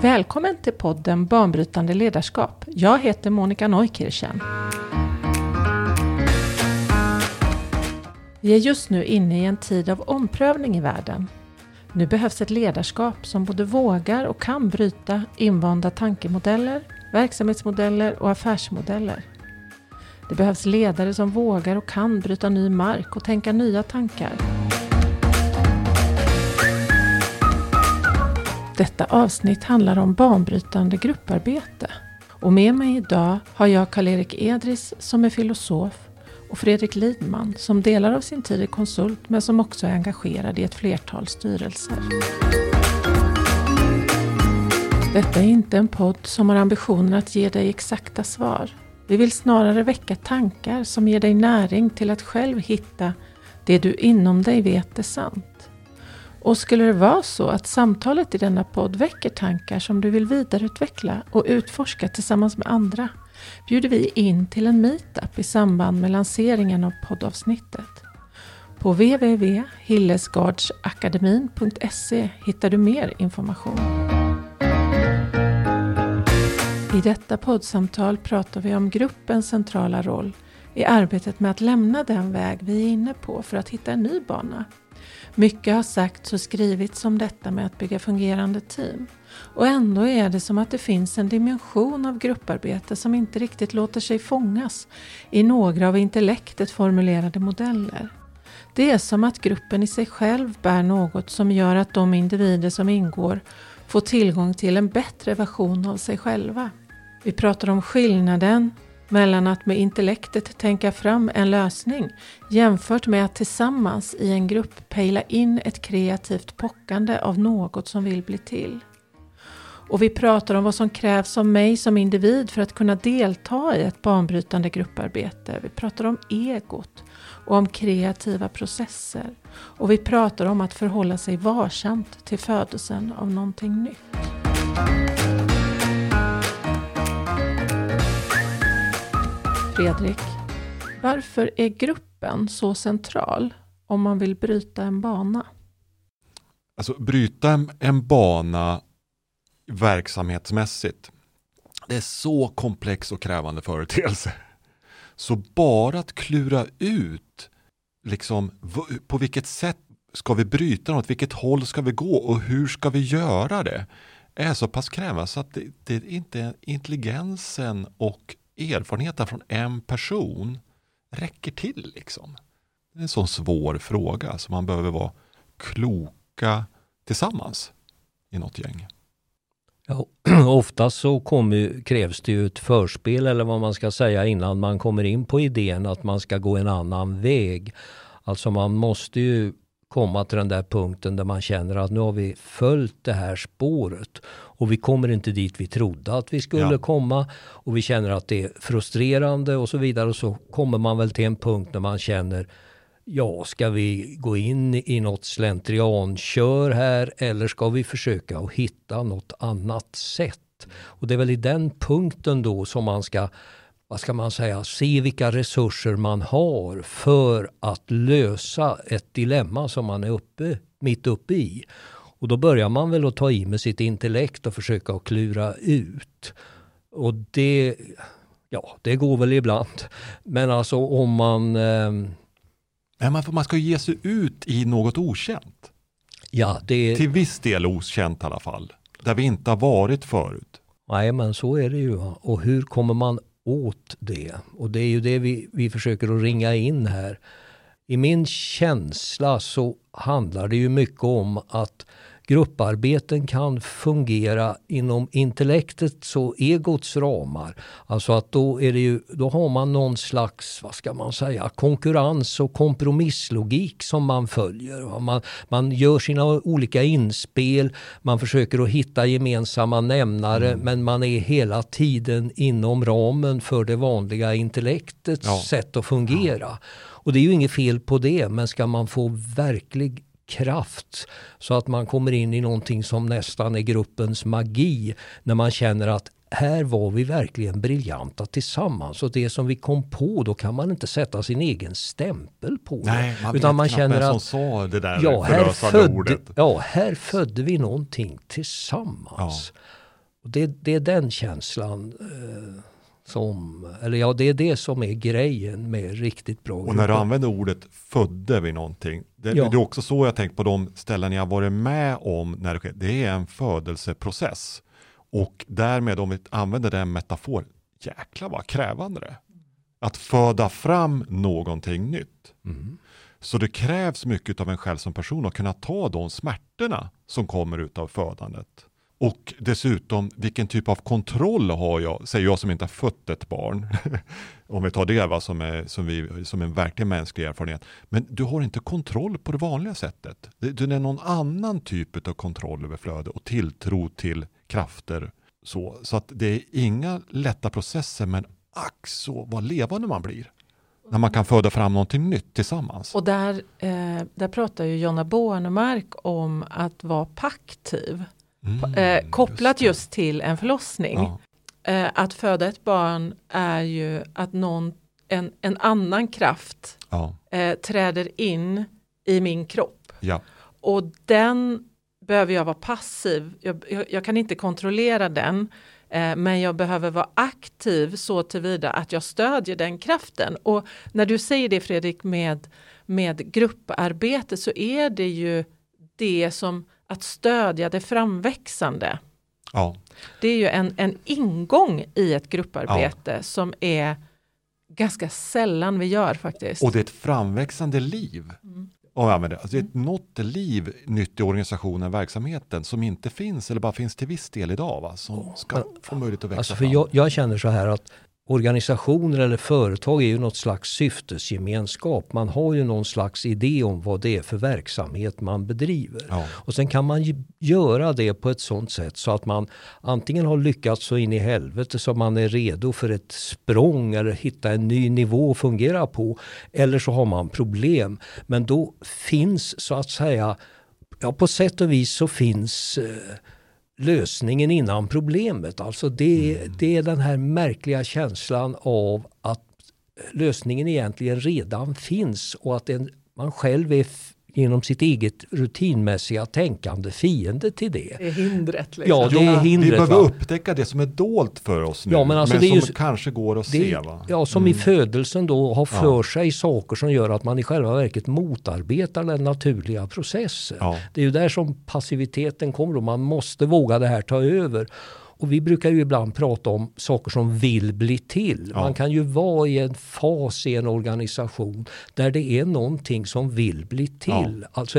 Välkommen till podden Banbrytande ledarskap. Jag heter Monica Neukirchen. Vi är just nu inne i en tid av omprövning i världen. Nu behövs ett ledarskap som både vågar och kan bryta invanda tankemodeller, verksamhetsmodeller och affärsmodeller. Det behövs ledare som vågar och kan bryta ny mark och tänka nya tankar. Detta avsnitt handlar om banbrytande grupparbete. Och med mig idag har jag Karl-Erik Edris som är filosof och Fredrik Lidman som delar av sin tid är konsult men som också är engagerad i ett flertal styrelser. Detta är inte en podd som har ambitionen att ge dig exakta svar. Vi vill snarare väcka tankar som ger dig näring till att själv hitta det du inom dig vet är sant. Och skulle det vara så att samtalet i denna podd väcker tankar som du vill vidareutveckla och utforska tillsammans med andra, bjuder vi in till en meetup i samband med lanseringen av poddavsnittet. På www.hillesgardsakademin.se hittar du mer information. I detta poddsamtal pratar vi om gruppens centrala roll i arbetet med att lämna den väg vi är inne på för att hitta en ny bana. Mycket har sagts och skrivits om detta med att bygga fungerande team. Och ändå är det som att det finns en dimension av grupparbete som inte riktigt låter sig fångas i några av intellektet formulerade modeller. Det är som att gruppen i sig själv bär något som gör att de individer som ingår får tillgång till en bättre version av sig själva. Vi pratar om skillnaden mellan att med intellektet tänka fram en lösning jämfört med att tillsammans i en grupp pejla in ett kreativt pockande av något som vill bli till. Och vi pratar om vad som krävs av mig som individ för att kunna delta i ett banbrytande grupparbete. Vi pratar om egot och om kreativa processer. Och vi pratar om att förhålla sig varsamt till födelsen av någonting nytt. Fredrik, varför är gruppen så central om man vill bryta en bana? Alltså bryta en bana verksamhetsmässigt, det är så komplex och krävande företeelse. Så bara att klura ut liksom, på vilket sätt ska vi bryta något, vilket håll ska vi gå och hur ska vi göra det, är så pass krävande så att det inte är intelligensen och erfarenheten från en person räcker till liksom. Det är en sån svår fråga så man behöver vara kloka tillsammans i något gäng. Ja, oftast så krävs det ju ett förspel eller vad man ska säga innan man kommer in på idén att man ska gå en annan väg. Alltså man måste ju komma till den där punkten där man känner att nu har vi följt det här spåret och vi kommer inte dit vi trodde att vi skulle komma och vi känner att det är frustrerande och så vidare och så kommer man väl till en punkt när man känner ska vi gå in i något slentriankör här eller ska vi försöka att hitta något annat sätt? Och det är väl i den punkten då som man ska se vilka resurser man har för att lösa ett dilemma som man är mitt uppe i. Och då börjar man väl att ta i med sitt intellekt och försöka att klura ut. Och det går väl ibland. Men alltså om man... Man ska ju ge sig ut i något okänt. Ja, till viss del okänt i alla fall. Där vi inte har varit förut. Nej, men så är det ju. Och hur kommer man åt det? Och det är ju det vi försöker att ringa in här. I min känsla så handlar det ju mycket om att grupparbeten kan fungera inom intellektets och egots ramar. Alltså att då har man någon slags, konkurrens och kompromisslogik som man följer. Man gör sina olika inspel, man försöker att hitta gemensamma nämnare men man är hela tiden inom ramen för det vanliga intellektets sätt att fungera. Och det är ju inget fel på det, men ska man få verklig kraft så att man kommer in i någonting som nästan är gruppens magi när man känner att här var vi verkligen briljanta tillsammans och det som vi kom på, då kan man inte sätta sin egen stämpel på det. Nej, utan man känner att sa det där förlösande ordet. Här födde vi någonting tillsammans. Och det är den känslan det är det som är grejen med riktigt bra. Och när du använder ordet födde vi någonting. Det är också så jag tänkt på de ställen jag varit med om när det sker. Det är en födelseprocess. Och därmed om vi använder den metafor, jäklar vad krävande det. Att föda fram någonting nytt. Mm. Så det krävs mycket av en själv som person att kunna ta de smärtorna som kommer ut av födandet. Och dessutom, vilken typ av kontroll har jag, säger jag som inte har fött ett barn. Om vi tar det som en verklig mänsklig erfarenhet. Men du har inte kontroll på det vanliga sättet. Det är någon annan typ av kontroll över flöde och tilltro till krafter. Så att det är inga lätta processer, men ack så vad levande man blir. När man kan föda fram någonting nytt tillsammans. Och där pratar ju Jonna Bornemark om att vara paktiv. Kopplat just till en förlossning. Ja. Att föda ett barn är ju att en annan kraft träder in i min kropp. Ja. Och den behöver jag vara passiv. Jag kan inte kontrollera den. Men jag behöver vara aktiv så tillvida att jag stödjer den kraften. Och när du säger det, Fredrik, med grupparbete, så är det ju det som att stödja det framväxande. Ja. Det är ju en ingång i ett grupparbete som är ganska sällan vi gör faktiskt. Och det är ett framväxande liv. Alltså ett något liv nytt i organisationen, verksamheten som inte finns eller bara finns till viss del idag, va? Som ska få möjlighet att växa fram. Jag känner så här att organisationer eller företag är ju något slags syftesgemenskap. Man har ju någon slags idé om vad det är för verksamhet man bedriver. Ja. Och sen kan man göra det på ett sånt sätt så att man antingen har lyckats så in i helvete så man är redo för ett språng eller hitta en ny nivå att fungera på. Eller så har man problem. Men då finns så att säga, på sätt och vis så finns lösningen innan problemet. Alltså det är den här märkliga känslan av att lösningen egentligen redan finns och att man själv är genom sitt eget rutinmässiga tänkande fiende till det. Det är hindret. Liksom. Ja, det är hindret. Vi behöver upptäcka det som är dolt för oss nu, men som kanske går att se. Va? Ja, som i födelsen då har för sig saker som gör att man i själva verket motarbetar den naturliga processen. Ja. Det är ju där som passiviteten kommer och man måste våga det här ta över. Och vi brukar ju ibland prata om saker som vill bli till. Man kan ju vara i en fas i en organisation där det är någonting som vill bli till. Ja. Alltså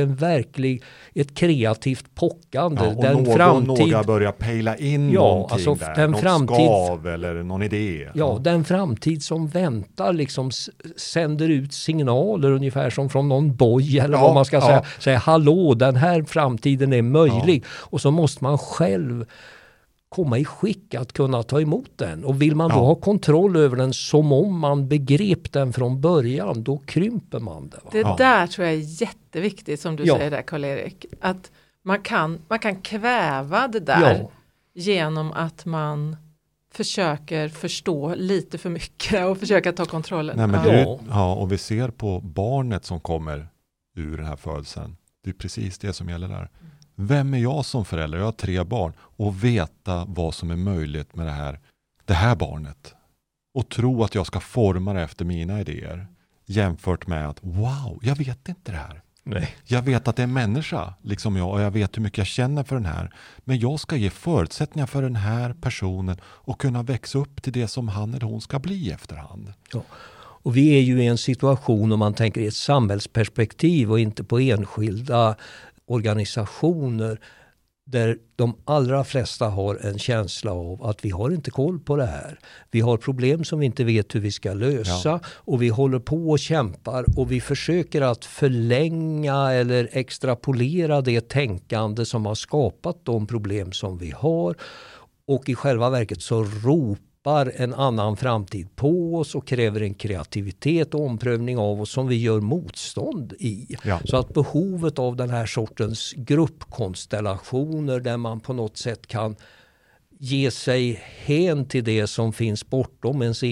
ett kreativt pockande. Ja, och några börjar pejla in någonting alltså där. Någon skav eller någon idé. Ja, den framtid som väntar liksom sänder ut signaler ungefär som från någon boj eller vad man ska säga. Hallå, den här framtiden är möjlig. Och så måste man själv komma i skick att kunna ta emot den. Och vill man då ha kontroll över den som om man begrep den från början, då krymper man det. Va? Det där tror jag är jätteviktigt som du säger där, Karl-Erik. Att man kan kväva det där genom att man försöker förstå lite för mycket och försöka ta kontrollen. Nej, men och vi ser på barnet som kommer ur den här födelsen. Det är precis det som gäller där. Vem är jag som förälder? Jag har 3 barn och veta vad som är möjligt med det här barnet. Och tro att jag ska forma det efter mina idéer. Jämfört med att jag vet inte det här. Nej. Jag vet att det är en människa liksom jag och jag vet hur mycket jag känner för den här. Men jag ska ge förutsättningar för den här personen och kunna växa upp till det som han eller hon ska bli efterhand. Ja. Och vi är ju i en situation om man tänker i ett samhällsperspektiv och inte på enskilda organisationer där de allra flesta har en känsla av att vi har inte koll på det här. Vi har problem som vi inte vet hur vi ska lösa och vi håller på och kämpar och vi försöker att förlänga eller extrapolera det tänkande som har skapat de problem som vi har och i själva verket så ropar en annan framtid på oss och kräver en kreativitet och omprövning av oss som vi gör motstånd i. Ja. Så att behovet av den här sortens gruppkonstellationer där man på något sätt kan ge sig hän till det som finns bortom ens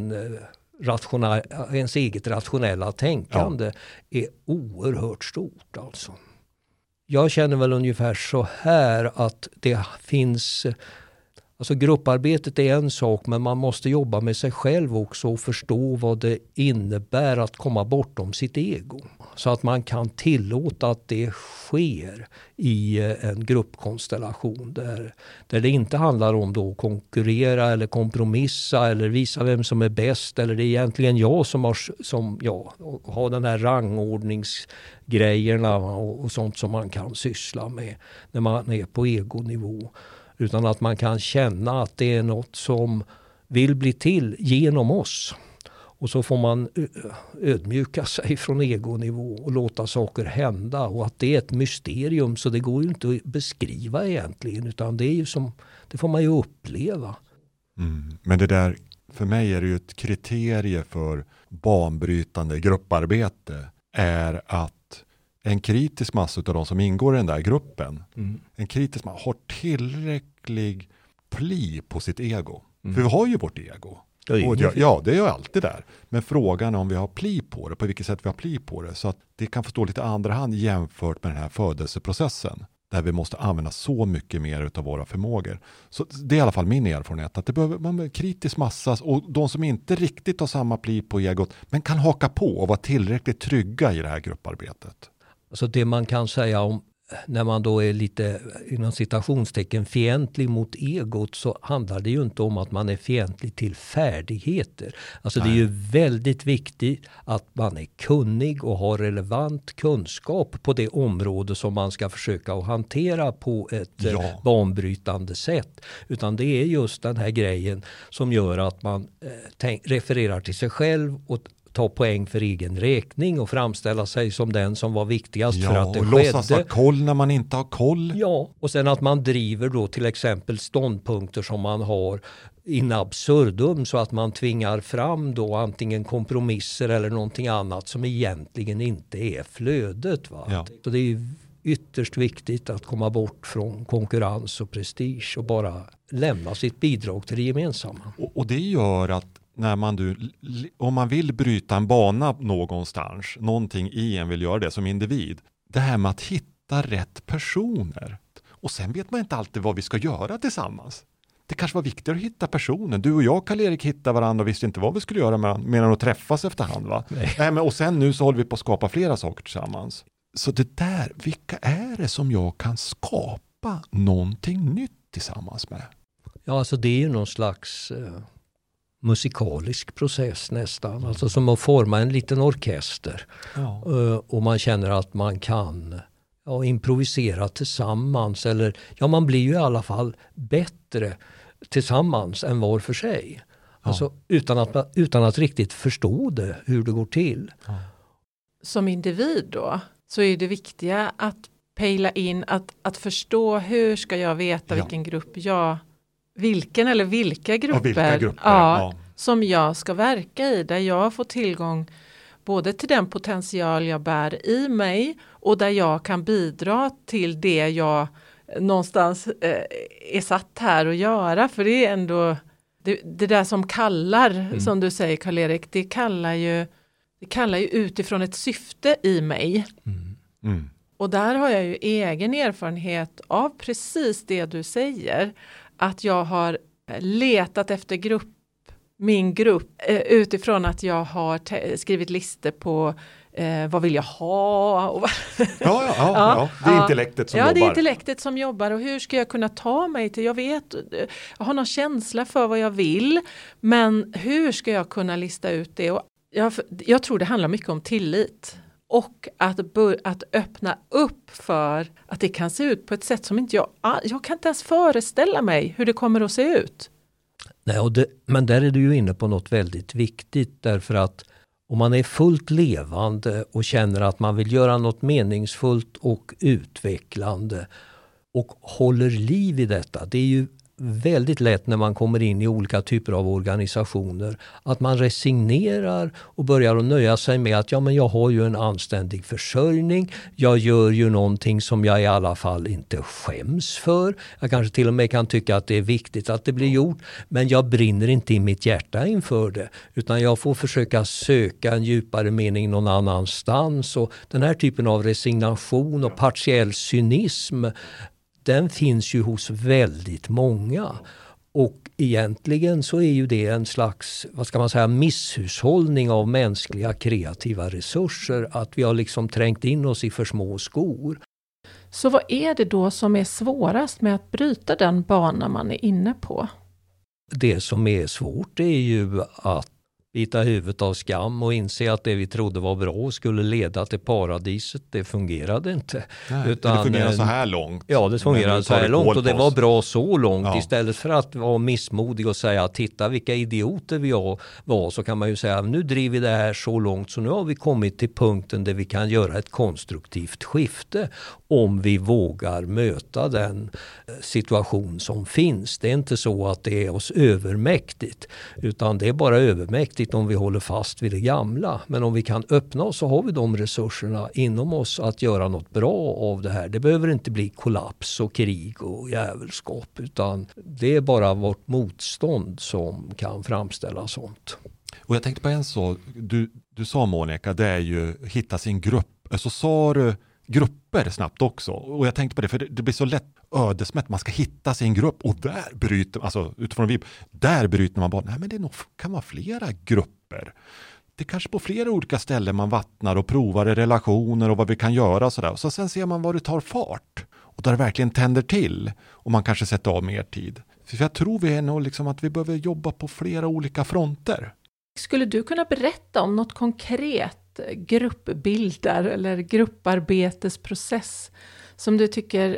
eget rationella tänkande är oerhört stort alltså. Jag känner väl ungefär så här att det finns Alltså grupparbetet är en sak, men man måste jobba med sig själv också och förstå vad det innebär att komma bortom sitt ego. Så att man kan tillåta att det sker i en gruppkonstellation där det inte handlar om då att konkurrera eller kompromissa eller visa vem som är bäst, eller det är egentligen jag som har den här rangordningsgrejerna och sånt som man kan syssla med när man är på egonivå. Utan att man kan känna att det är något som vill bli till genom oss. Och så får man ödmjuka sig från egonivå och låta saker hända. Och att det är ett mysterium, så det går ju inte att beskriva egentligen. Utan det är ju det får man ju uppleva. Men det där, för mig är det ju ett kriterie för banbrytande grupparbete, är att en kritisk massa av de som ingår i den där gruppen, en kritisk massa har tillräcklig pli på sitt ego. För vi har ju vårt ego. Ja, det är ju alltid där. Men frågan är om vi har pli på det, på vilket sätt vi har pli på det, så att det kan få stå lite andra hand jämfört med den här födelseprocessen, där vi måste använda så mycket mer av våra förmågor. Så det är i alla fall min erfarenhet, att det behöver man kritisk massa, och de som inte riktigt har samma pli på egot, men kan haka på och vara tillräckligt trygga i det här grupparbetet. Alltså det man kan säga om när man då är lite inom citationstecken fientlig mot egot, så handlar det ju inte om att man är fientlig till färdigheter. Alltså det är ju väldigt viktigt att man är kunnig och har relevant kunskap på det område som man ska försöka att hantera på ett banbrytande sätt. Utan det är just den här grejen som gör att man refererar till sig själv och ta poäng för egen räkning och framställa sig som den som var viktigast för att det skedde. Låtsas ha koll när man inte har koll. Ja, och sen att man driver då till exempel ståndpunkter som man har in absurdum, så att man tvingar fram då antingen kompromisser eller någonting annat som egentligen inte är flödet. Va? Ja. Så det är ju ytterst viktigt att komma bort från konkurrens och prestige och bara lämna sitt bidrag till det gemensamma. Och det gör att om man vill bryta en bana någonstans, någonting i en vill göra det som individ, det här med att hitta rätt personer. Och sen vet man inte alltid vad vi ska göra tillsammans. Det kanske var viktigare att hitta personer. Du och jag, Karl-Erik, hittade varandra och visste inte vad vi skulle göra mer än att träffas efterhand. Va? Och sen nu så håller vi på att skapa flera saker tillsammans. Så det där, vilka är det som jag kan skapa någonting nytt tillsammans med? Ja, alltså det är ju någon slags musikalisk process nästan. Alltså som att forma en liten orkester. Ja. Och man känner att man kan improvisera tillsammans. Eller man blir ju i alla fall bättre tillsammans än var för sig. Ja. Alltså utan att riktigt förstå det, hur det går till. Ja. Som individ då, så är det viktiga att pejla in, att förstå hur ska jag veta vilken grupp vilken eller vilka grupper, som jag ska verka i, där jag får tillgång både till den potential jag bär i mig och där jag kan bidra till det jag någonstans är satt här att göra. För det är ändå det där som kallar, som du säger Karl-Erik, det kallar ju utifrån ett syfte i mig. Och där har jag ju egen erfarenhet av precis det du säger. Att jag har letat efter min grupp utifrån att jag har skrivit listor på vad vill jag ha? Och ja, det är intellektet som jobbar. Ja, det är intellektet som jobbar. Och hur ska jag kunna ta mig till? Jag har någon känsla för vad jag vill. Men hur ska jag kunna lista ut det? Och jag tror det handlar mycket om tillit. Och att öppna upp för att det kan se ut på ett sätt som inte jag kan inte ens föreställa mig hur det kommer att se ut. Nej, men där är du ju inne på något väldigt viktigt, därför att om man är fullt levande och känner att man vill göra något meningsfullt och utvecklande och håller liv i detta, det är ju väldigt lätt när man kommer in i olika typer av organisationer att man resignerar och börjar att nöja sig med att men jag har ju en anständig försörjning, jag gör ju någonting som jag i alla fall inte skäms för. Jag kanske till och med kan tycka att det är viktigt att det blir gjort, men jag brinner inte i mitt hjärta inför det, utan jag får försöka söka en djupare mening någon annanstans. Och den här typen av resignation och partiell cynism, den finns ju hos väldigt många. Och egentligen så är ju det en slags, vad ska man säga, misshushållning av mänskliga kreativa resurser. Att vi har liksom trängt in oss i för små skor. Så vad är det då som är svårast med att bryta den bana man är inne på? Det som är svårt är ju att bita huvudet av skam och inse att det vi trodde var bra skulle leda till paradiset. Det fungerade inte. Nej, utan, det fungerade så här långt. Ja, det fungerade så här långt och det var bra så långt. Ja. Istället för att vara missmodig och säga titta vilka idioter vi var, så kan man ju säga nu driver vi det här så långt så nu har vi kommit till punkten där vi kan göra ett konstruktivt skifte om vi vågar möta den situation som finns. Det är inte så att det är oss övermäktigt, utan det är bara övermäktigt om vi håller fast vid det gamla. Men om vi kan öppna oss så har vi de resurserna inom oss att göra något bra av det här. Det behöver inte bli kollaps och krig och jävelskap, utan det är bara vårt motstånd som kan framställa sånt. Och jag tänkte på en sak, du sa Monica, det är ju hitta sin grupp. Så sa du grupper snabbt också. Och jag tänkte på det, för det blir så lätt ödesmätt. Man ska hitta sin grupp och där bryter, alltså utifrån vi, där bryter man bara, nej men det nog, kan vara flera grupper. Det är kanske på flera olika ställen man vattnar och provar i relationer och vad vi kan göra och sådär. Och så sen ser man vad det tar fart. Och där det verkligen tänder till. Och man kanske sätter av mer tid. För jag tror vi är nog liksom att vi behöver jobba på flera olika fronter. Skulle du kunna berätta om något konkret gruppbildar eller grupparbetesprocess som du tycker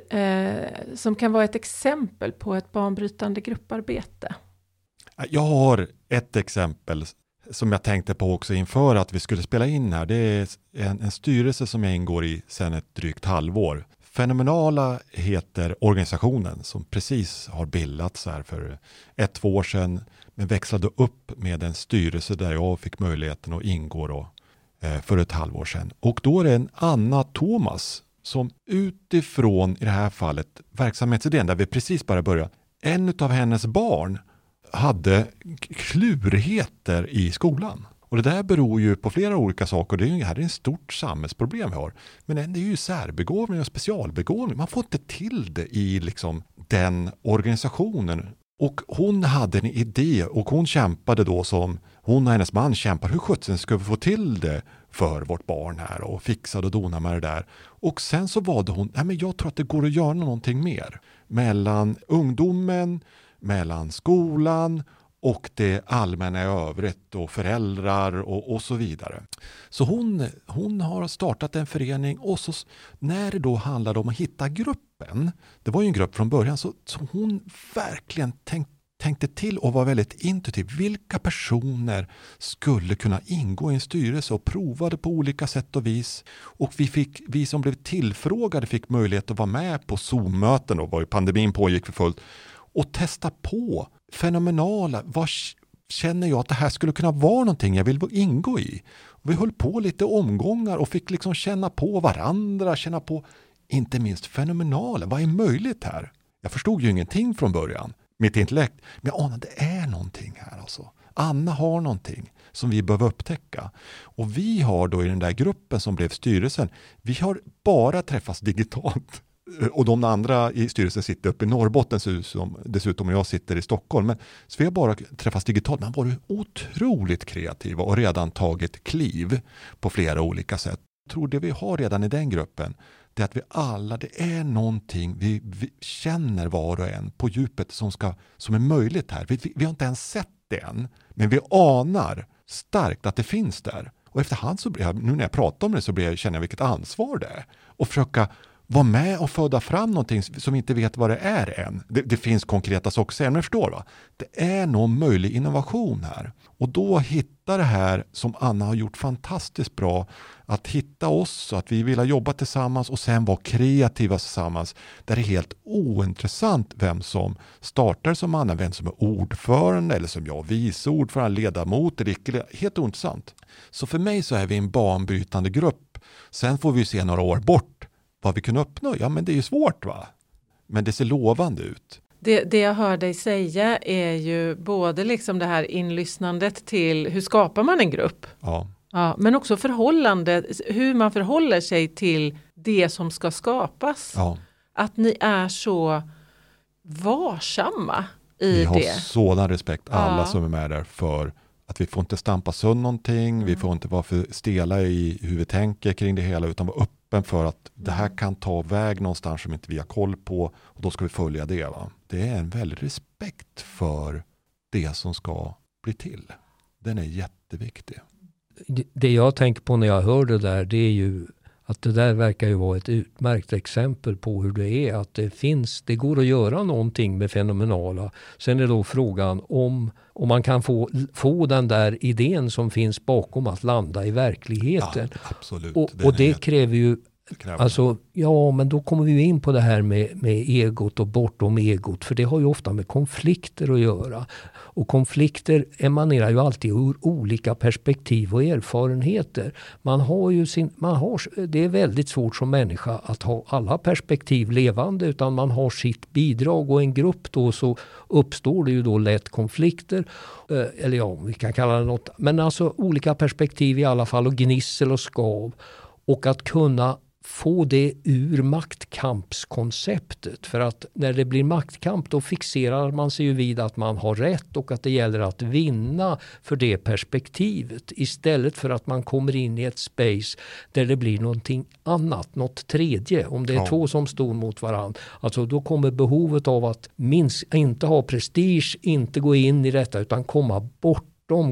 som kan vara ett exempel på ett banbrytande grupparbete? Jag har ett exempel som jag tänkte på också inför att vi skulle spela in här. Det är en styrelse som jag ingår i sedan ett drygt halvår. Fenomenala heter organisationen som precis har bildats här för 1-2 år sedan, men växlade upp med en styrelse där jag fick möjligheten att ingå då, för ett halvår sedan. Och då är det en Anna Thomas som utifrån i det här fallet verksamhetsidén där vi precis bara började. En av hennes barn hade klurigheter i skolan. Och det där beror ju på flera olika saker. Det är ett stort samhällsproblem vi har. Men det är ju särbegåvning och specialbegåvning. Man får inte till det i liksom den organisationen. Och hon hade en idé och hon kämpade då som hon och hennes man kämpar. Hur sjutsen ska vi få till det för vårt barn här och fixade och donade med det där. Och sen så valde hon, nej men jag tror att det går att göra någonting mer. Mellan ungdomen, mellan skolan och det allmänna i övrigt och föräldrar och så vidare. Så hon har startat en förening och så när det då handlade om att hitta gruppen, det var ju en grupp från början, så hon verkligen tänkte till och var väldigt intuitiv. Vilka personer skulle kunna ingå i en styrelse och provade på olika sätt och vis. Och vi som blev tillfrågade fick möjlighet att vara med på Zoom-möten och var ju pandemin pågick för fullt och testa på fenomenala, vad känner jag att det här skulle kunna vara någonting jag vill ingå i. Och vi höll på lite omgångar och fick liksom känna på varandra, känna på inte minst fenomenala, vad är möjligt här? Jag förstod ju ingenting från början, mitt intellekt, men jag anade det är någonting här alltså. Anna har någonting som vi behöver upptäcka. Och vi har då i den där gruppen som blev styrelsen, vi har bara träffats digitalt. Och de andra i styrelsen sitter uppe i Norrbotten dessutom och jag sitter i Stockholm. Men, så vi har bara träffats digitalt. Man har varit otroligt kreativa och redan tagit kliv på flera olika sätt. Jag tror det vi har redan i den gruppen, det är att vi alla, det är någonting vi känner var och en på djupet som är möjligt här. Vi har inte ens sett det än, men vi anar starkt att det finns där. Och efterhand så blir jag, nu när jag pratar om det så känner jag vilket ansvar det är. Och försöka vara med och föda fram någonting som vi inte vet vad det är än. Det finns konkreta saker, men jag förstår va? Det är någon möjlig innovation här. Och då hitta det här som Anna har gjort fantastiskt bra. Att hitta oss och att vi vill jobba tillsammans och sen vara kreativa tillsammans. Där det är helt ointressant vem som startar som Anna, vem som är ordförande eller som jag vice ordförande, ledamot eller icke. Helt ointressant. Så för mig så är vi en banbrytande grupp. Sen får vi se några år bort vad vi kan uppnå. Ja, men det är ju svårt va? Men det ser lovande ut. Det jag hör dig säga är ju både liksom det här inlyssnandet till hur skapar man en grupp. Ja. Ja, men också hur man förhåller sig till det som ska skapas. Ja. Att ni är så varsamma i det. Vi har sådan respekt, alla Ja. som är med där, för att vi får inte stampa sönder någonting, vi får inte vara för stela i hur vi tänker kring det hela, utan vara öppen för att det här kan ta väg någonstans som inte vi har koll på, och då ska vi följa det. Va? Det är en väldig respekt för det som ska bli till. Den är jätteviktig. Det jag tänker på när jag hör det där, det är ju att det där verkar ju vara ett utmärkt exempel på hur det är. Att det går att göra någonting med fenomenala. Sen är då frågan om man kan få den där idén som finns bakom att landa i verkligheten. Ja, absolut. Och det kräver ju, alltså, ja, men då kommer vi ju in på det här med egot och bortom egot. För det har ju ofta med konflikter att göra. Och konflikter emanerar ju alltid ur olika perspektiv och erfarenheter. Det är väldigt svårt som människa att ha alla perspektiv levande, utan man har sitt bidrag, och en grupp då, så uppstår det ju då lätt konflikter. Eller ja, vi kan kalla det något. Men alltså olika perspektiv i alla fall, och gnissel och skav. Och att kunna få det ur maktkampskonceptet. För att när det blir maktkamp, då fixerar man sig ju vid att man har rätt och att det gäller att vinna för det perspektivet. Istället för att man kommer in i ett space där det blir någonting annat, något tredje. Om det är två som står mot varandra. Alltså då kommer behovet av att inte ha prestige, inte gå in i detta, utan komma bort.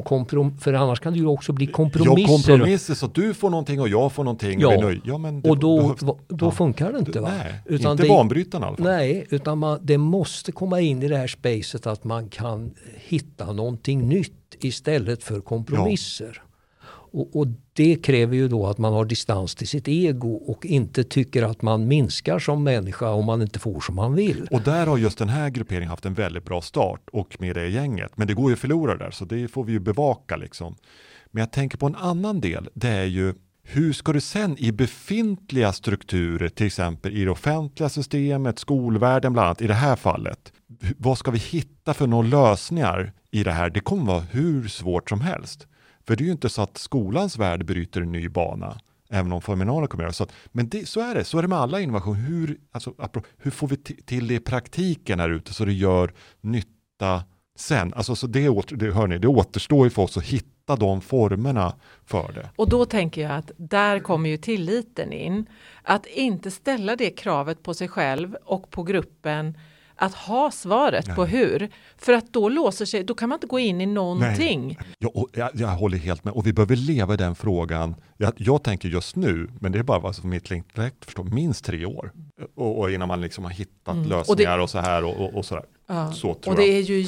För annars kan det ju också bli kompromisser. Ja, kompromisser så att du får någonting och jag får någonting. Ja, ja, men och då funkar det inte. Va? Nej, utan inte banbrytarna i alla fall. Nej, utan det måste komma in i det här spacet att man kan hitta någonting nytt istället för kompromisser. Ja. Och det kräver ju då att man har distans till sitt ego och inte tycker att man minskar som människa om man inte får som man vill. Och där har just den här grupperingen haft en väldigt bra start, och med det gänget. Men det går ju att förlora där, så det får vi ju bevaka liksom. Men jag tänker på en annan del, det är ju hur ska du sen i befintliga strukturer, till exempel i det offentliga systemet, skolvärlden bland annat, i det här fallet. Vad ska vi hitta för några lösningar i det här? Det kommer vara hur svårt som helst. För det är ju inte så att skolans värld bryter en ny bana, även om fenomenala kommer göra så. Men så är det med alla innovationer. Hur får vi till det i praktiken här ute så det gör nytta sen? Alltså, så det återstår ju för oss att hitta de formerna för det. Och då tänker jag att där kommer ju tilliten in. Att inte ställa det kravet på sig själv och på gruppen att ha svaret på hur. För att då då kan man inte gå in i någonting. Jag håller helt med. Och vi behöver leva i den frågan. Jag tänker just nu, men det är bara för mitt intellekt förstå, minst 3 år. Och innan man liksom har hittat lösningar och så här och sådär. Ja. Så tror och det är ju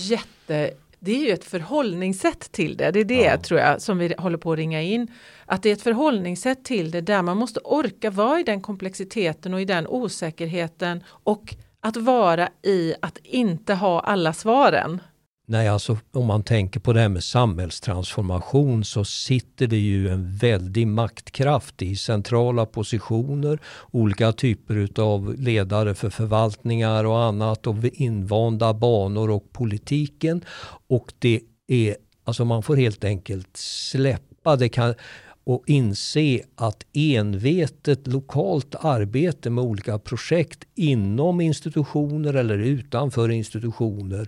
det är ju ett förhållningssätt till det. Det är det tror jag som vi håller på att ringa in. Att det är ett förhållningssätt till det där man måste orka vara i den komplexiteten och i den osäkerheten, och att vara i att inte ha alla svaren. Nej, alltså om man tänker på det här med samhällstransformation, så sitter det ju en väldig maktkraft i centrala positioner, olika typer av ledare för förvaltningar och annat, och invanda banor och politiken. Och det är, alltså man får helt enkelt släppa det och inse att envetet lokalt arbete med olika projekt inom institutioner eller utanför institutioner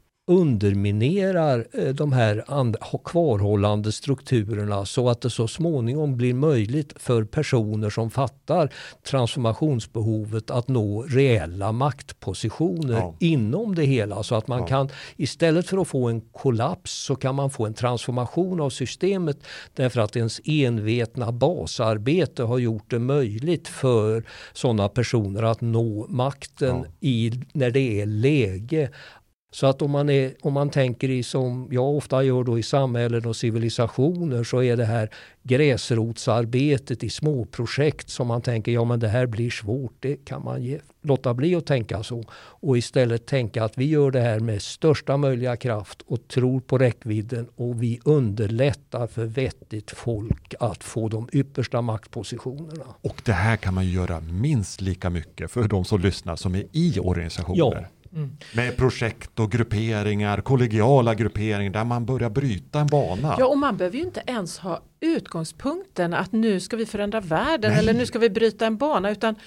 underminerar de här kvarhållande strukturerna, så att det så småningom blir möjligt för personer som fattar transformationsbehovet att nå reella maktpositioner inom det hela, så att man kan, istället för att få en kollaps, så kan man få en transformation av systemet, därför att ens envetna basarbete har gjort det möjligt för sådana personer att nå makten när det är läge. Så att om man tänker i, som jag ofta gör då, i samhällen och civilisationer, så är det här gräsrotsarbetet i småprojekt som man tänker, men det här blir svårt, det kan man låta bli att tänka så. Och istället tänka att vi gör det här med största möjliga kraft och tror på räckvidden, och vi underlättar för vettigt folk att få de yppersta maktpositionerna. Och det här kan man göra minst lika mycket för de som lyssnar som är i organisationer. Ja. Med projekt och grupperingar, kollegiala grupperingar där man börjar bryta en bana. Ja, och man behöver ju inte ens ha utgångspunkten att nu ska vi förändra världen eller nu ska vi bryta en bana, utan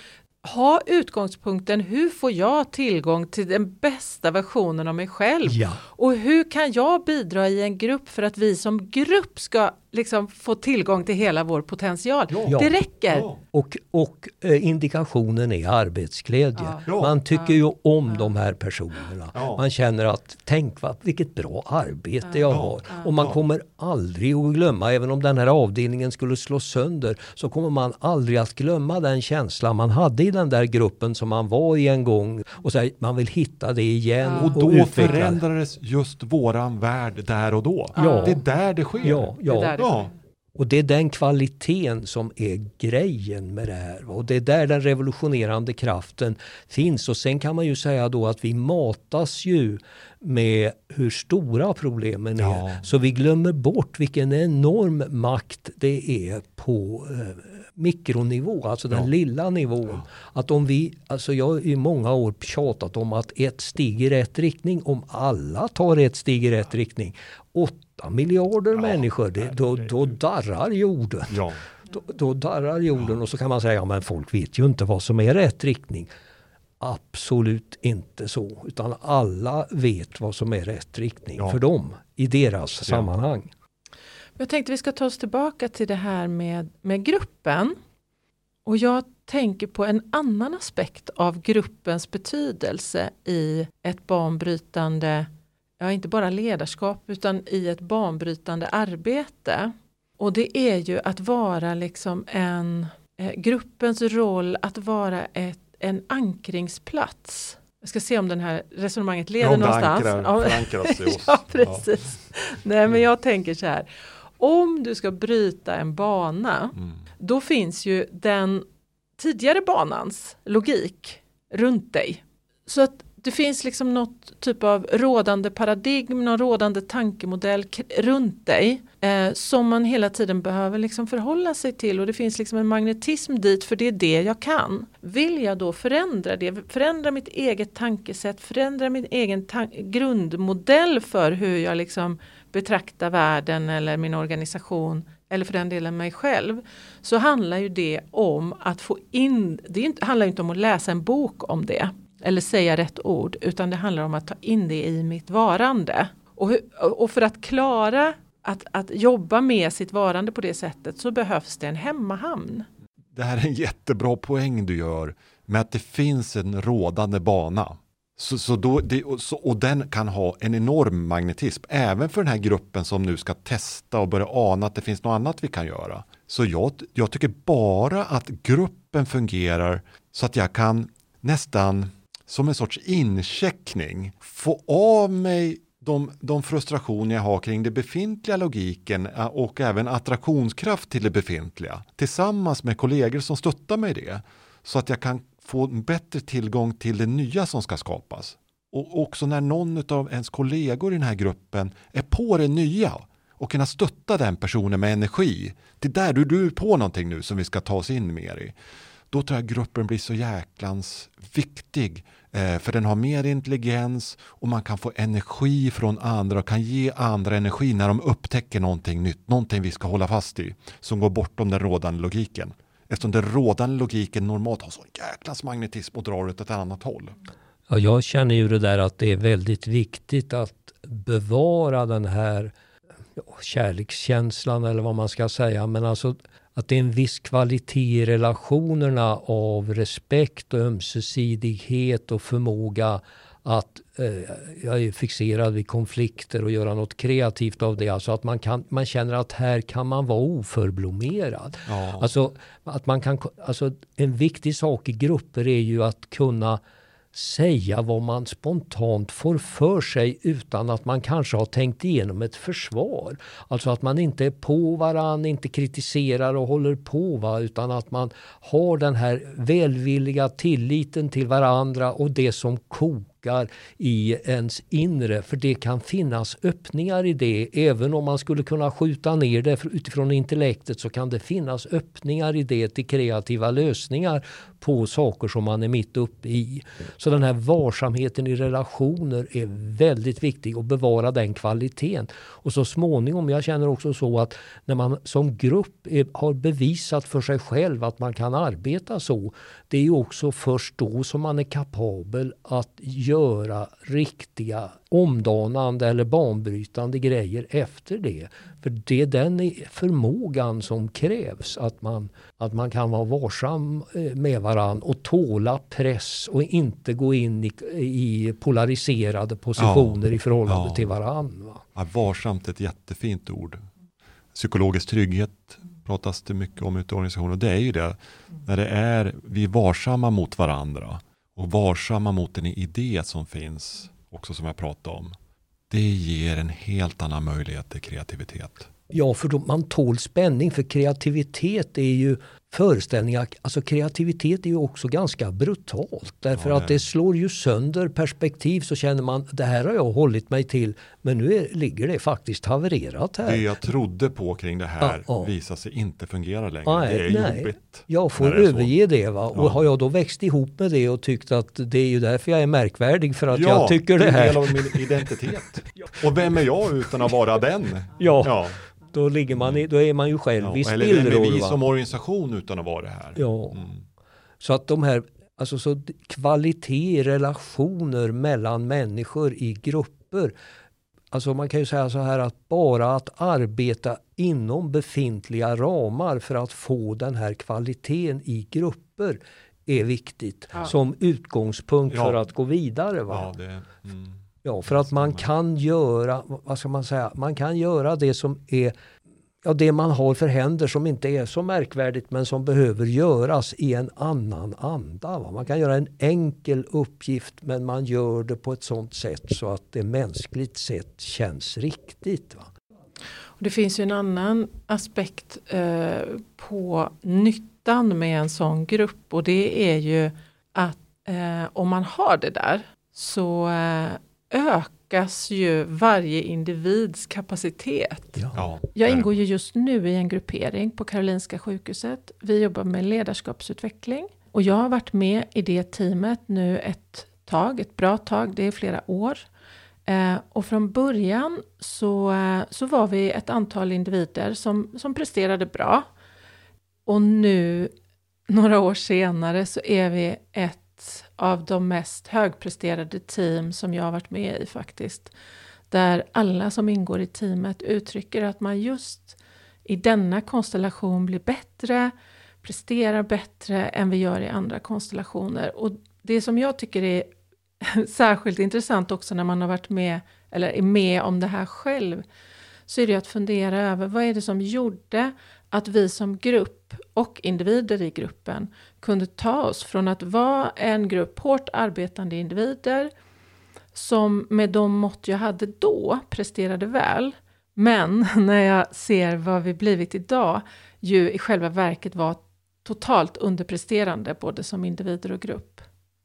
ha utgångspunkten, hur får jag tillgång till den bästa versionen av mig själv? Ja. Och hur kan jag bidra i en grupp för att vi som grupp ska liksom få tillgång till hela vår potential? Ja. Det räcker. Ja. Och indikationen är arbetsglädje. Ja. Man tycker ju om de här personerna. Ja. Man känner att tänk vilket bra arbete jag har. Och man kommer aldrig att glömma, även om den här avdelningen skulle slås sönder, så kommer man aldrig att glömma den känslan man hade i den där gruppen som man var i en gång. Och så här, man vill hitta det igen Och då utveckla. förändrades just våran värld där och då. Ja. Det är där det sker. Ja. Det där är Ja. Och det är den kvaliteten som är grejen med det här. Och det är där den revolutionerande kraften finns. Och sen kan man ju säga då att vi matas ju med hur stora problemen är. Så vi glömmer bort vilken enorm makt det är på mikronivå, alltså den lilla nivån. Att om vi, alltså jag har i många år tjatat om att ett steg i rätt riktning, om alla tar ett steg i rätt riktning, 8 miljarder människor, då darrar jorden. Ja. Då darrar jorden och så kan man säga, ja, men folk vet ju inte vad som är rätt riktning. Absolut inte så, utan alla vet vad som är rätt riktning för dem i deras sammanhang. Jag tänkte vi ska ta oss tillbaka till det här med gruppen. Och jag tänker på en annan aspekt av gruppens betydelse i ett banbrytande, inte bara ledarskap utan i ett banbrytande arbete. Och det är ju att vara liksom gruppens roll att vara en ankringsplats. Jag ska se om den här resonemanget leder någonstans. Förankras i oss. Ja, precis. Nej, men jag tänker så här. Om du ska bryta en bana, då finns ju den tidigare banans logik runt dig. Så att det finns liksom något typ av rådande paradigm, någon rådande tankemodell runt dig som man hela tiden behöver liksom förhålla sig till. Och det finns liksom en magnetism dit, för det är det jag kan. Vill jag då förändra det, förändra mitt eget tankesätt, förändra min egen grundmodell för hur jag liksom betraktar världen eller min organisation eller för den delen mig själv, så handlar ju det om att få in, handlar inte om att läsa en bok om det eller säga rätt ord, utan det handlar om att ta in det i mitt varande. Och för att klara att jobba med sitt varande på det sättet så behövs det en hemmahamn. Det här är en jättebra poäng du gör med att det finns en rådande bana. Och den kan ha en enorm magnetism även för den här gruppen som nu ska testa och börja ana att det finns något annat vi kan göra. Så jag tycker bara att gruppen fungerar så att jag kan nästan som en sorts incheckning få av mig de frustrationer jag har kring det befintliga logiken och även attraktionskraft till det befintliga tillsammans med kollegor som stöttar mig i det, så att jag kan få en bättre tillgång till det nya som ska skapas. Och också när någon av ens kollegor i den här gruppen är på det nya och kunna stötta den personen med energi. Det där du är på någonting nu som vi ska ta oss in mer i. Då tror jag gruppen blir så jäklans viktig. För den har mer intelligens och man kan få energi från andra och kan ge andra energi när de upptäcker någonting nytt. Någonting vi ska hålla fast i som går bortom den rådande logiken. Eftersom den rådande logiken normalt har så jäklans magnetism och drar åt ett annat håll. Ja, jag känner ju det där att det är väldigt viktigt att bevara den här kärlekskänslan eller vad man ska säga. Men alltså att det är en viss kvalitet i relationerna av respekt och ömsesidighet och förmåga att jag är fixerad vid konflikter och göra något kreativt av det. Alltså att man känner att här kan man vara oförblommerad. Ja. Alltså en viktig sak i grupper är ju att kunna säga vad man spontant får för sig utan att man kanske har tänkt igenom ett försvar. Alltså att man inte är på varann, inte kritiserar och håller på, utan att man har den här välvilliga tilliten till varandra och det som kokar funkar i ens inre, för det kan finnas öppningar i det. Även om man skulle kunna skjuta ner det utifrån intellektet, så kan det finnas öppningar i det till kreativa lösningar på saker som man är mitt uppe i. Så den här varsamheten i relationer är väldigt viktig, att bevara den kvaliteten. Och så småningom, jag känner också så att när man som grupp har bevisat för sig själv att man kan arbeta så, det är ju också först då som man är kapabel att göra riktiga omdanande eller banbrytande grejer efter det. För det är den förmågan som krävs, att man kan vara varsam med varann och tåla press och inte gå in i polariserade positioner i förhållande till varann. Va? Ja, varsamt är ett jättefint ord. Psykologisk trygghet pratas det mycket om ute i organisationen, och det är ju det. När vi är varsamma mot varandra och varsamma mot en idé som finns, också som jag pratade om. Det ger en helt annan möjlighet till kreativitet. Ja, för då man tål spänning, för kreativitet är ju föreställningar, alltså kreativitet är ju också ganska brutalt, därför att det slår ju sönder perspektiv, så känner man, det här har jag hållit mig till, men nu ligger det faktiskt havererat här. Det jag trodde på kring det här visar sig inte fungera längre. Nej, det är jobbigt. Jag får överge det, va? Och har jag då växt ihop med det och tyckt att det är ju därför jag är märkvärdig, för att jag tycker det här. Ja, det är en del av min identitet. Och vem är jag utan att vara den? Ja. Då är man ju själv i spillror. Eller vem är vi som organisation utan att vara det här? Ja. Så att de här, alltså så kvalitet i relationer mellan människor i grupper. Alltså man kan ju säga så här, att bara att arbeta inom befintliga ramar för att få den här kvaliteten i grupper är viktigt som utgångspunkt för att gå vidare. Va? Ja, för att man kan göra, vad ska man säga, man kan göra det som är, det man har för händer som inte är så märkvärdigt, men som behöver göras i en annan anda. Va? Man kan göra en enkel uppgift, men man gör det på ett sådant sätt så att det mänskligt sett känns riktigt. Va? Och det finns ju en annan aspekt på nyttan med en sån grupp, och det är ju att om man har det där så ökas ju varje individs kapacitet. Ja. Jag ingår ju just nu i en gruppering på Karolinska sjukhuset. Vi jobbar med ledarskapsutveckling. Och jag har varit med i det teamet nu ett bra tag, det är flera år. Och från början så var vi ett antal individer som presterade bra. Och nu, några år senare, så är vi ett av de mest högpresterade team som jag har varit med i faktiskt. Där alla som ingår i teamet uttrycker att man just i denna konstellation blir bättre, presterar bättre än vi gör i andra konstellationer. Och det som jag tycker är särskilt intressant också när man har varit med eller är med om det här själv, så är det att fundera över vad är det som gjorde att vi som grupp och individer i gruppen kunde ta oss från att vara en grupp hårt arbetande individer som med de mått jag hade då presterade väl. Men när jag ser vad vi blivit idag, ju i själva verket var totalt underpresterande både som individer och grupp.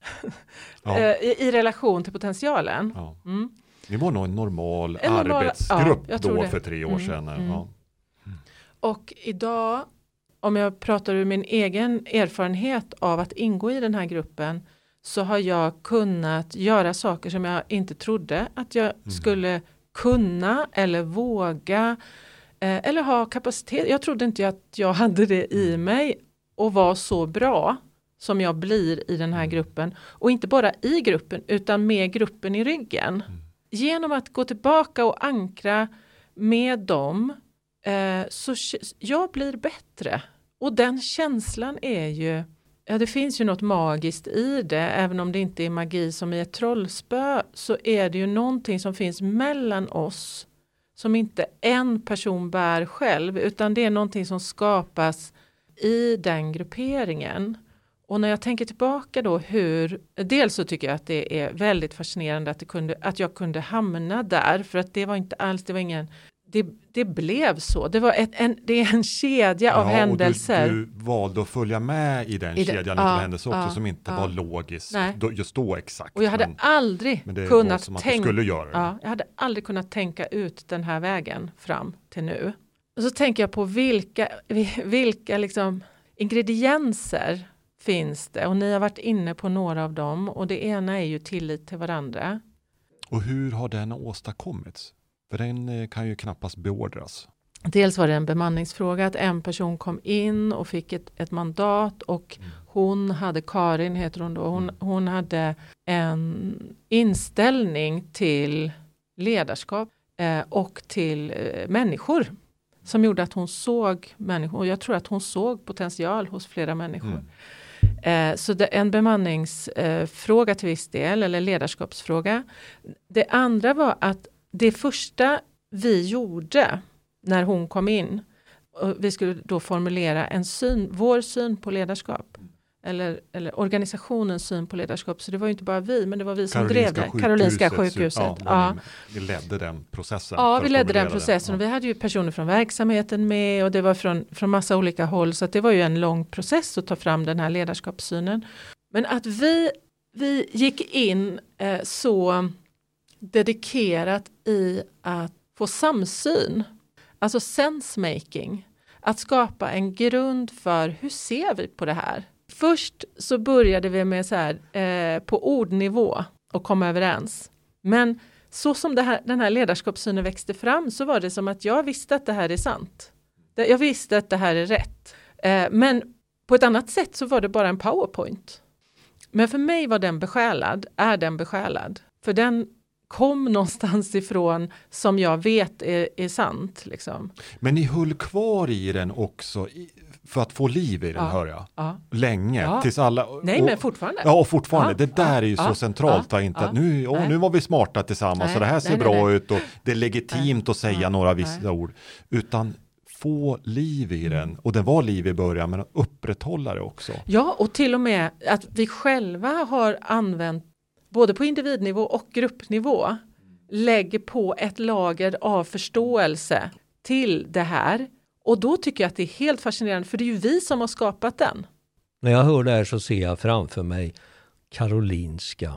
I relation till potentialen. Ja. Det var nog en normal arbetsgrupp då för 3 år sedan. Och idag, om jag pratar ur min egen erfarenhet av att ingå i den här gruppen, så har jag kunnat göra saker som jag inte trodde att jag skulle kunna eller våga eller ha kapacitet. Jag trodde inte att jag hade det i mig och var så bra som jag blir i den här gruppen. Och inte bara i gruppen utan med gruppen i ryggen. Genom att gå tillbaka och ankra med dem så jag blir bättre. Och den känslan är ju, det finns ju något magiskt i det. Även om det inte är magi som i ett trollspö, så är det ju någonting som finns mellan oss som inte en person bär själv, utan det är någonting som skapas i den grupperingen. Och när jag tänker tillbaka då dels så tycker jag att det är väldigt fascinerande att jag kunde hamna där, för att det var inte alls, det blev så. Det var det är en kedja av händelser. Och du valde att följa med i den kedjan av händelser också som inte var logiskt. Just då exakt. Och jag hade aldrig kunnat jag hade aldrig kunnat tänka ut den här vägen fram till nu. Och så tänker jag på vilka liksom ingredienser finns det. Och ni har varit inne på några av dem. Och det ena är ju tillit till varandra. Och hur har den åstadkommits? För den kan ju knappast beordras. Dels var det en bemanningsfråga att en person kom in och fick ett mandat och hon hade, Karin heter hon då, hon hade en inställning till ledarskap och till människor som gjorde att hon såg människor, och jag tror att hon såg potential hos flera människor. Så det är en bemanningsfråga till viss del, eller ledarskapsfråga. Det andra var att det första vi gjorde när hon kom in, och vi skulle då formulera vår syn på ledarskap. Eller organisationens syn på ledarskap. Så det var ju inte bara vi, men det var vi som drev det. Karolinska sjukhuset. Vi ledde den processen. Ja, vi ledde den processen. Och vi hade ju personer från verksamheten med. Och det var från massa olika håll. Så att det var ju en lång process att ta fram den här ledarskapssynen. Men att vi gick in så dedikerat i att få samsyn. Alltså sense-making. Att skapa en grund för hur ser vi på det här. Först så började vi med så här, på ordnivå och komma överens. Men så som den här ledarskapssynen växte fram så var det som att jag visste att det här är sant. Jag visste att det här är rätt. Men på ett annat sätt så var det bara en PowerPoint. Men för mig var den besjälad. För den kom någonstans ifrån som jag vet är sant. Liksom. Men ni höll kvar i den också för att få liv i den, hör jag. Länge. Tills alla, men fortfarande. Ja, fortfarande. Det där är ju så centralt. Inte att nu var vi smarta tillsammans och det här ser bra ut och det är legitimt att säga några vissa ord. Utan få liv i den. Och det var liv i början, men upprätthålla det också. Ja, och till och med att vi själva har använt både på individnivå och gruppnivå lägger på ett lager av förståelse till det här. Och då tycker jag att det är helt fascinerande, för det är ju vi som har skapat den. När jag hör det här så ser jag framför mig Karolinska.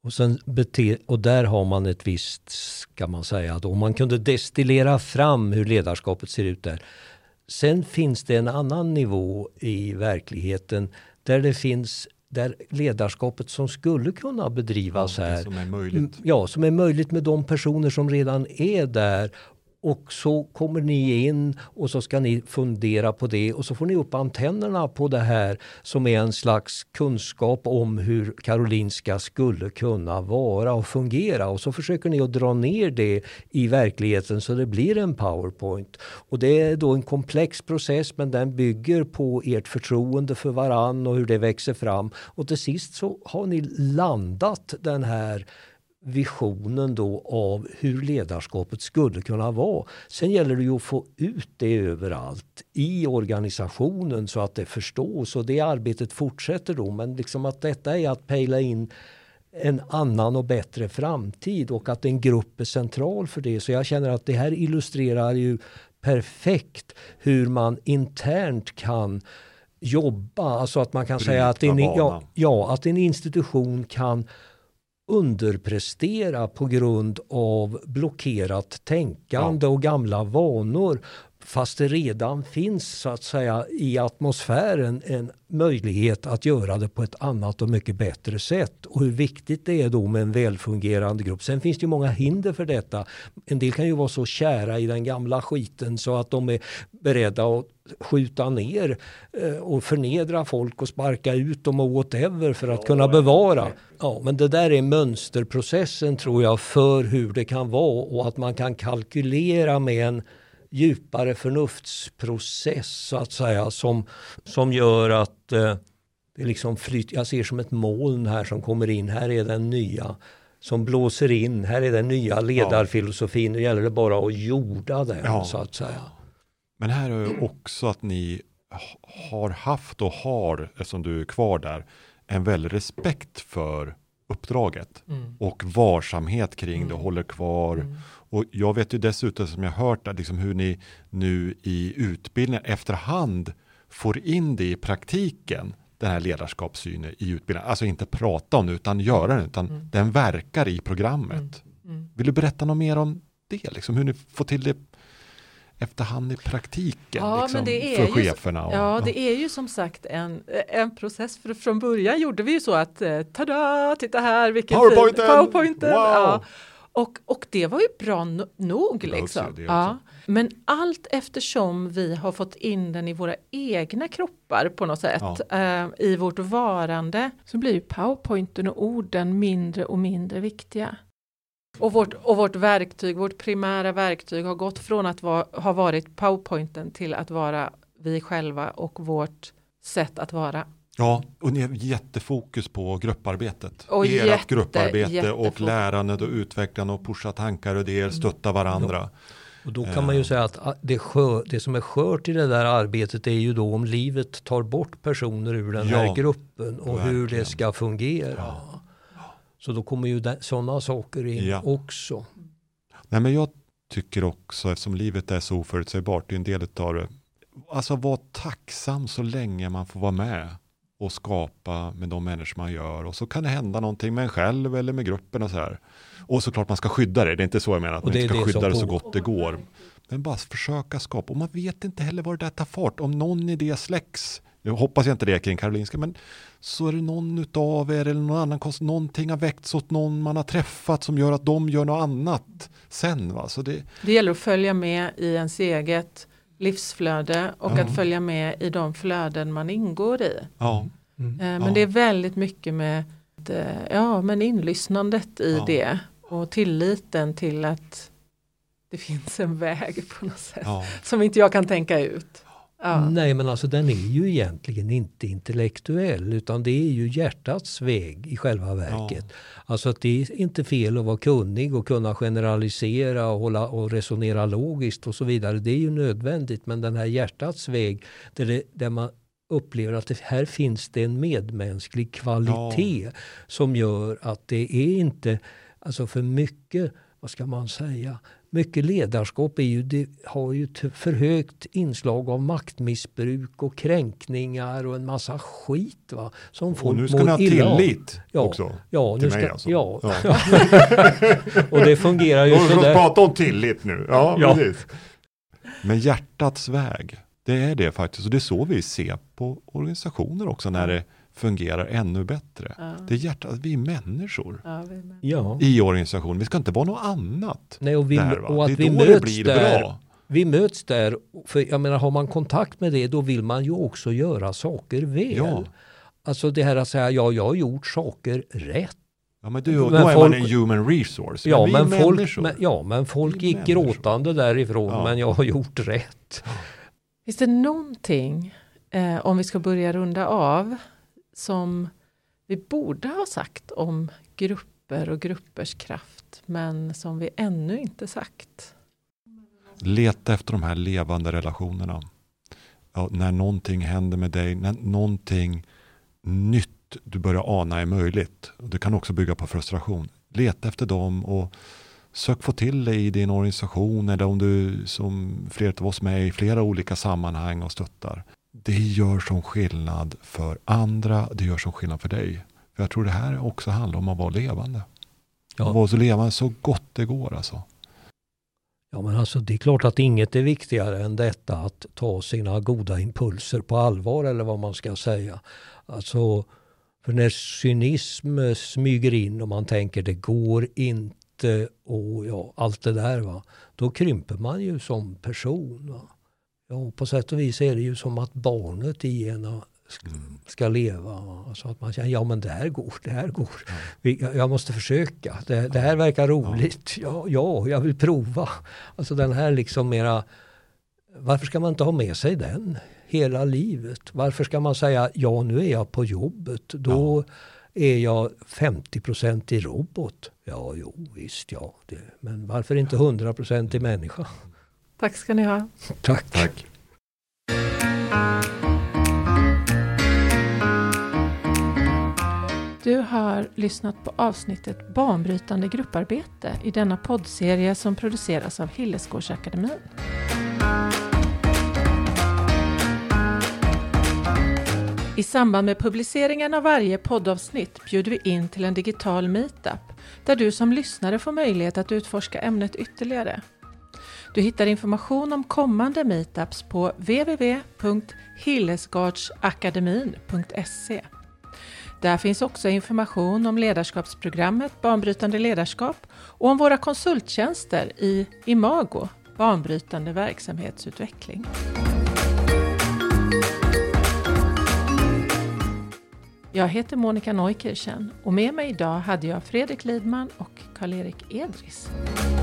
Och där har man ett visst, ska man säga, då man kunde destillera fram hur ledarskapet ser ut där. Sen finns det en annan nivå i verkligheten där det finns där ledarskapet som skulle kunna bedrivas här. Som är möjligt. Ja, som är möjligt med de personer som redan är där. Och så kommer ni in och så ska ni fundera på det och så får ni upp antennerna på det här som är en slags kunskap om hur Karolinska skulle kunna vara och fungera. Och så försöker ni att dra ner det i verkligheten så det blir en PowerPoint. Och det är då en komplex process, men den bygger på ert förtroende för varann och hur det växer fram. Och till sist så har ni landat den här visionen då av hur ledarskapet skulle kunna vara. Sen gäller det ju att få ut det överallt i organisationen så att det förstås, och det arbetet fortsätter då, men liksom att detta är att pejla in en annan och bättre framtid och att en grupp är central för det. Så jag känner att det här illustrerar ju perfekt hur man internt kan jobba, alltså att man kan säga att att en institution kan underprestera på grund av blockerat tänkande och gamla vanor, fast det redan finns så att säga i atmosfären en möjlighet att göra det på ett annat och mycket bättre sätt. Och hur viktigt det är då med en välfungerande grupp. Sen finns det ju många hinder för detta. En del kan ju vara så kära i den gamla skiten så att de är beredda att skjuta ner och förnedra folk och sparka ut dem och whatever för att kunna bevara. Ja, men det där är mönsterprocessen, tror jag, för hur det kan vara, och att man kan kalkylera med en djupare förnuftsprocess så att säga som gör att det liksom jag ser som ett moln här som kommer in. Här är den nya som blåser in. Här är den nya ledarfilosofin. Nu gäller det bara att jorda den så att säga. Men här är ju också att ni har haft och har, eftersom du är kvar där, en väldig respekt för uppdraget och varsamhet kring det, håller kvar. Och jag vet ju dessutom, som jag hört, att liksom hur ni nu i utbildningen efterhand får in det i praktiken, den här ledarskapssynen i utbildningen. Alltså inte prata om det utan göra det, utan den verkar i programmet. Vill du berätta något mer om det? Liksom, hur ni får till det efterhand i praktiken liksom, men det är för ju, cheferna? Det är ju som sagt en process. För från början gjorde vi ju så att tada, titta här, vilken PowerPointen. Wow. Ja. Och det var ju bra nog liksom. Det också. Men allt eftersom vi har fått in den i våra egna kroppar på något sätt, i vårt varande, så blir ju PowerPointen och orden mindre och mindre viktiga. Och vårt verktyg, vårt primära verktyg har gått från att ha varit PowerPointen till att vara vi själva och vårt sätt att vara. Ja, och ni har jättefokus på grupparbetet. Och ert grupparbete och lärandet och utvecklande och pusha tankar och idéer, stötta varandra. Och då kan man ju säga att det som är skört i det där arbetet är ju då om livet tar bort personer ur den här gruppen och hur det ska fungera. Ja. Så då kommer ju sådana saker in också. Nej, men jag tycker också, eftersom livet är så oförutsägbart, det är en del av det. Alltså var tacksam så länge man får vara med och skapa med de människor man gör. Och så kan det hända någonting med en själv eller med gruppen och så här. Och såklart man ska skydda det. Det är inte så jag menar, att man inte ska skydda det så gott det går. Men bara försöka skapa. Och man vet inte heller var det där tar fart. Om någon idé släcks, jag hoppas jag inte det kring Karolinska, men så är det någon utav er eller någon annan, någonting har väckts åt någon man har träffat som gör att de gör något annat sen. Va? Så det gäller att följa med i ens eget livsflöde och att följa med i de flöden man ingår i. Men det är väldigt mycket med men inlyssnandet i det och tilliten till att det finns en väg på något sätt som inte jag kan tänka ut. Nej, men alltså den är ju egentligen inte intellektuell, utan det är ju hjärtats väg i själva verket. Alltså att det är inte fel att vara kunnig och kunna generalisera och hålla och resonera logiskt och så vidare. Det är ju nödvändigt, men den här hjärtats väg där man upplever att här finns det en medmänsklig kvalitet som gör att det är inte alltså för mycket, vad ska man säga, mycket ledarskap har ju för högt inslag av maktmissbruk och kränkningar och en massa skit som folk mår illa. Och nu ska ni ha tillit också till mig alltså. Och det fungerar ju så där. Prata om tillit nu. Ja. Precis. Men hjärtats väg, det är det faktiskt. Och det är så vi ser på organisationer också när det fungerar ännu bättre. Det är hjärtat, vi är människor i organisationen. Vi ska inte vara något annat. Nej, och att vi möts där. Vi möts där, för jag menar, har man kontakt med det, då vill man ju också göra saker väl. Alltså det här att säga, jag har gjort saker rätt. Ja, men då är man en human resource. Men folk gick gråtande därifrån, men jag har gjort rätt. Finns det någonting, om vi ska börja runda av, som vi borde ha sagt om grupper och gruppers kraft, men som vi ännu inte sagt? Leta efter de här levande relationerna. När någonting händer med dig, när någonting nytt du börjar ana är möjligt. Det kan också bygga på frustration. Leta efter dem och sök få till dig i din organisation, eller om du som flera av oss med i flera olika sammanhang och stöttar. Det gör som skillnad för andra, det gör som skillnad för dig. För jag tror det här också handlar om att vara levande. Att vara så levande så gott det går alltså. Ja, men alltså det är klart att inget är viktigare än detta, att ta sina goda impulser på allvar, eller vad man ska säga. Alltså, för när cynism smyger in och man tänker det går inte och allt det där, då krymper man ju som person. Ja, på sätt och vis är det ju som att barnet i en ska leva. Så att man känner, men det här går. Jag måste försöka. Det här verkar roligt. Ja, jag vill prova. Alltså den här liksom mera, varför ska man inte ha med sig den hela livet? Varför ska man säga, nu är jag på jobbet. Då är jag 50% i robot. Visst. Men varför inte 100% i människa? Tack ska ni ha. Tack. Du har lyssnat på avsnittet Banbrytande grupparbete i denna poddserie som produceras av Hillesgårdsakademin. I samband med publiceringen av varje poddavsnitt bjuder vi in till en digital meetup där du som lyssnare får möjlighet att utforska ämnet ytterligare. Du hittar information om kommande meetups på www.hillesgårdsakademin.se. Där finns också information om ledarskapsprogrammet Banbrytande ledarskap och om våra konsulttjänster i Imago, banbrytande verksamhetsutveckling. Jag heter Monica Neukirchen och med mig idag hade jag Fredrik Lidman och Karl-Erik Edris.